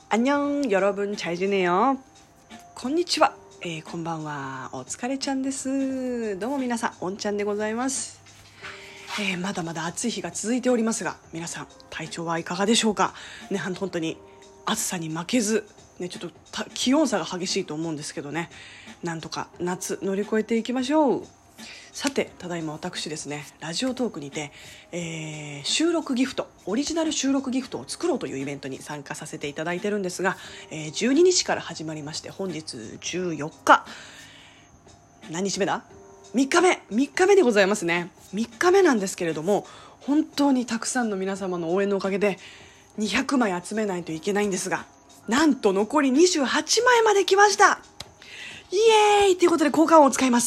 안녕 여러분 잘 지내요?こんにちは、こんばんは。お疲れちゃんです。どうも皆さん、おんちゃんでございます。まだまだ暑い日が続いておりますが、皆さん体調はいかがでしょうかね。本当に暑さに負けずね、ちょっと気温差が激しいと思うんですけどね、なんとか夏乗り越えていきましょう。さて、ただいま私ですね、ラジオトークにて、収録ギフト、オリジナル収録ギフトを作ろうというイベントに参加させていただいてるんですが、12日から始まりまして、本日14日、何日目だ3日目でございますね。3日目なんですけれども、本当にたくさんの皆様の応援のおかげで200枚集めないといけないんですが、なんと残り28枚まで来ました。イエーイということで、交換音を使います。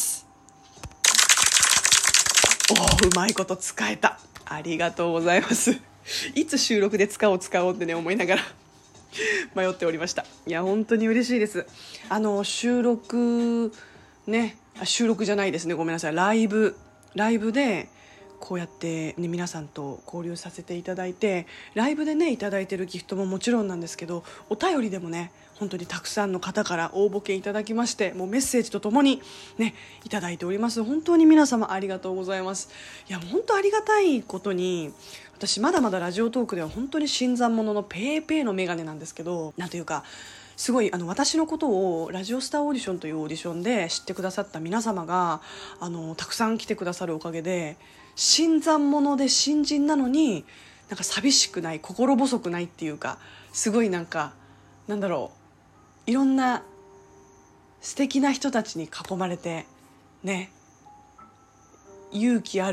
うまいこと使えた。ありがとうございます。いつ収録で使おうってね、思いながら迷っておりました。いや、本当に嬉しいです。収録じゃないですね、ごめんなさい。ライブでこうやってね、皆さんと交流させていただいて、ライブでねいただいてるギフトももちろんなんですけど、お便りでもね、本当にたくさんの方から応募券いただきまして、もうメッセージとともにねいただいております。本当に皆様ありがとうございます。いや、本当ありがたいことに、私まだまだラジオトークでは本当に新参者のペーペーのメガネなんですけど、なんというかすごい私のことをラジオスターオーディションというオーディションで知ってくださった皆様がたくさん来てくださるおかげで、新参者で新人なのになんか寂しくない、心細くないっていうか、すごいなんだろう、いろんな素敵な人たちに囲まれてね、勇気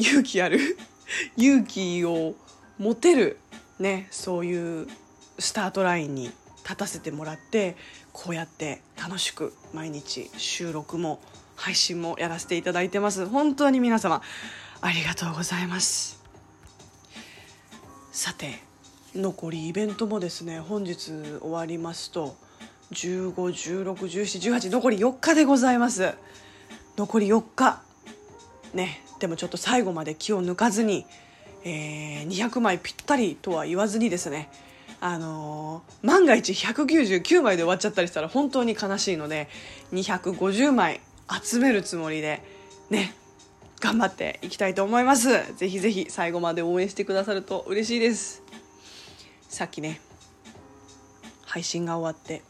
勇気を持てるね、そういうスタートラインに立たせてもらって、こうやって楽しく毎日収録も配信もやらせていただいてます。本当に皆様ありがとうございます。さて、残りイベントもですね、本日終わりますと15、16、17、18、残り4日でございます。残り4日ね。でもちょっと最後まで気を抜かずに、200枚ぴったりとは言わずにですね、万が一199枚で終わっちゃったりしたら本当に悲しいので、250枚集めるつもりでね、頑張っていきたいと思います。ぜひぜひ最後まで応援してくださると嬉しいです。さっきね、配信が終わって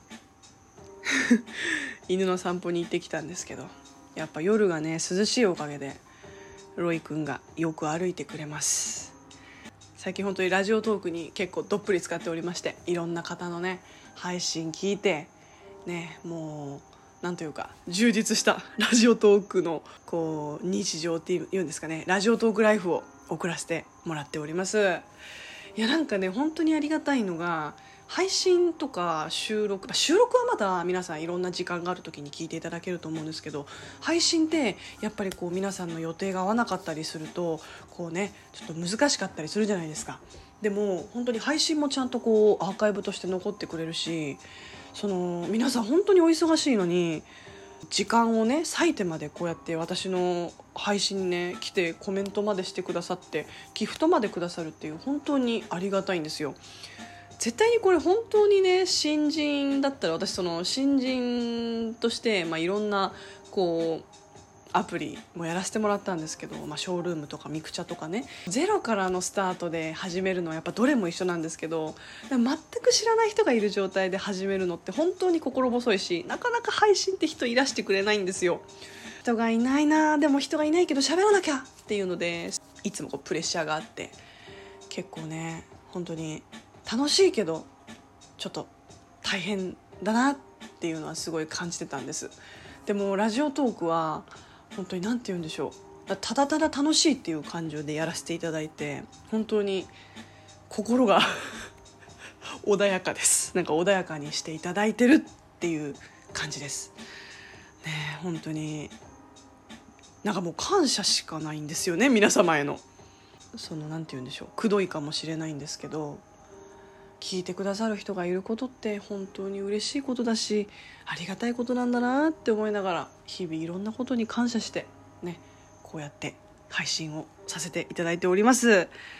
犬の散歩に行ってきたんですけど、やっぱ夜がね涼しいおかげでロイくんがよく歩いてくれます。最近本当にラジオトークに結構どっぷり使っておりまして、いろんな方のね配信聞いてね、もうなんというか充実したラジオトークのこう日常っていうんですかね、ラジオトークライフを送らせてもらっております。いや、なんかね本当にありがたいのが、配信とか収録はまだ皆さんいろんな時間がある時に聞いていただけると思うんですけど、配信ってやっぱりこう皆さんの予定が合わなかったりするとこうねちょっと難しかったりするじゃないですか。でも本当に配信もちゃんとこうアーカイブとして残ってくれるし、皆さん本当にお忙しいのに時間をね割いてまでこうやって私の配信にね来てコメントまでしてくださってギフトまでくださるっていう、本当にありがたいんですよ。絶対にこれ本当にね、新人だったら、私新人として、いろんなこうアプリもやらせてもらったんですけど、ショールームとかミクチャとかね、ゼロからのスタートで始めるのはやっぱどれも一緒なんですけど、全く知らない人がいる状態で始めるのって本当に心細いし、なかなか配信って人いらしてくれないんですよ。人がいないな、でも人がいないけど喋らなきゃっていうので、いつもこうプレッシャーがあって、結構ね本当に楽しいけどちょっと大変だなっていうのはすごい感じてたんです。でもラジオトークは本当に何て言うんでしょう、ただただ楽しいっていう感情でやらせていただいて、本当に心が穏やかです。なんか穏やかにしていただいてるっていう感じですね。本当になんかもう感謝しかないんですよね、皆様への。なんて言うんでしょう、くどいかもしれないんですけど、聞いてくださる人がいることって本当に嬉しいことだし、ありがたいことなんだなって思いながら、日々いろんなことに感謝してね、こうやって配信をさせていただいております。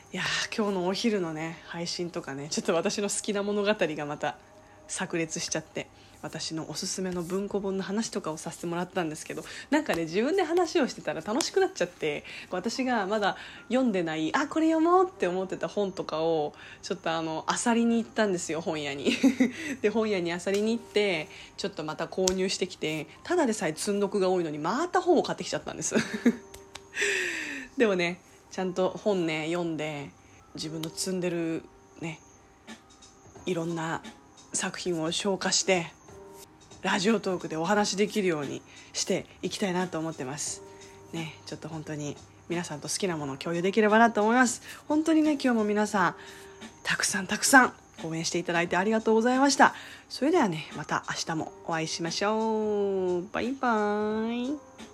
いやー、今日のお昼のね配信とかね、ちょっと私の好きな物語がまた炸裂しちゃって、私のおすすめの文庫本の話とかをさせてもらったんですけど、なんかね自分で話をしてたら楽しくなっちゃって、私がまだ読んでない、これ読もうって思ってた本とかをちょっと漁りに行ったんですよ、本屋にで本屋に漁りに行って、ちょっとまた購入してきて、ただでさえ積んどくが多いのにまた本を買ってきちゃったんですでもね、ちゃんと本ね読んで、自分の積んでるねいろんな作品を消化して、ラジオトークでお話できるようにしていきたいなと思ってますね。ちょっと本当に皆さんと好きなものを共有できればなと思います。本当にね、今日も皆さんたくさん応援していただいてありがとうございました。それではね、また明日もお会いしましょう。バイバイ。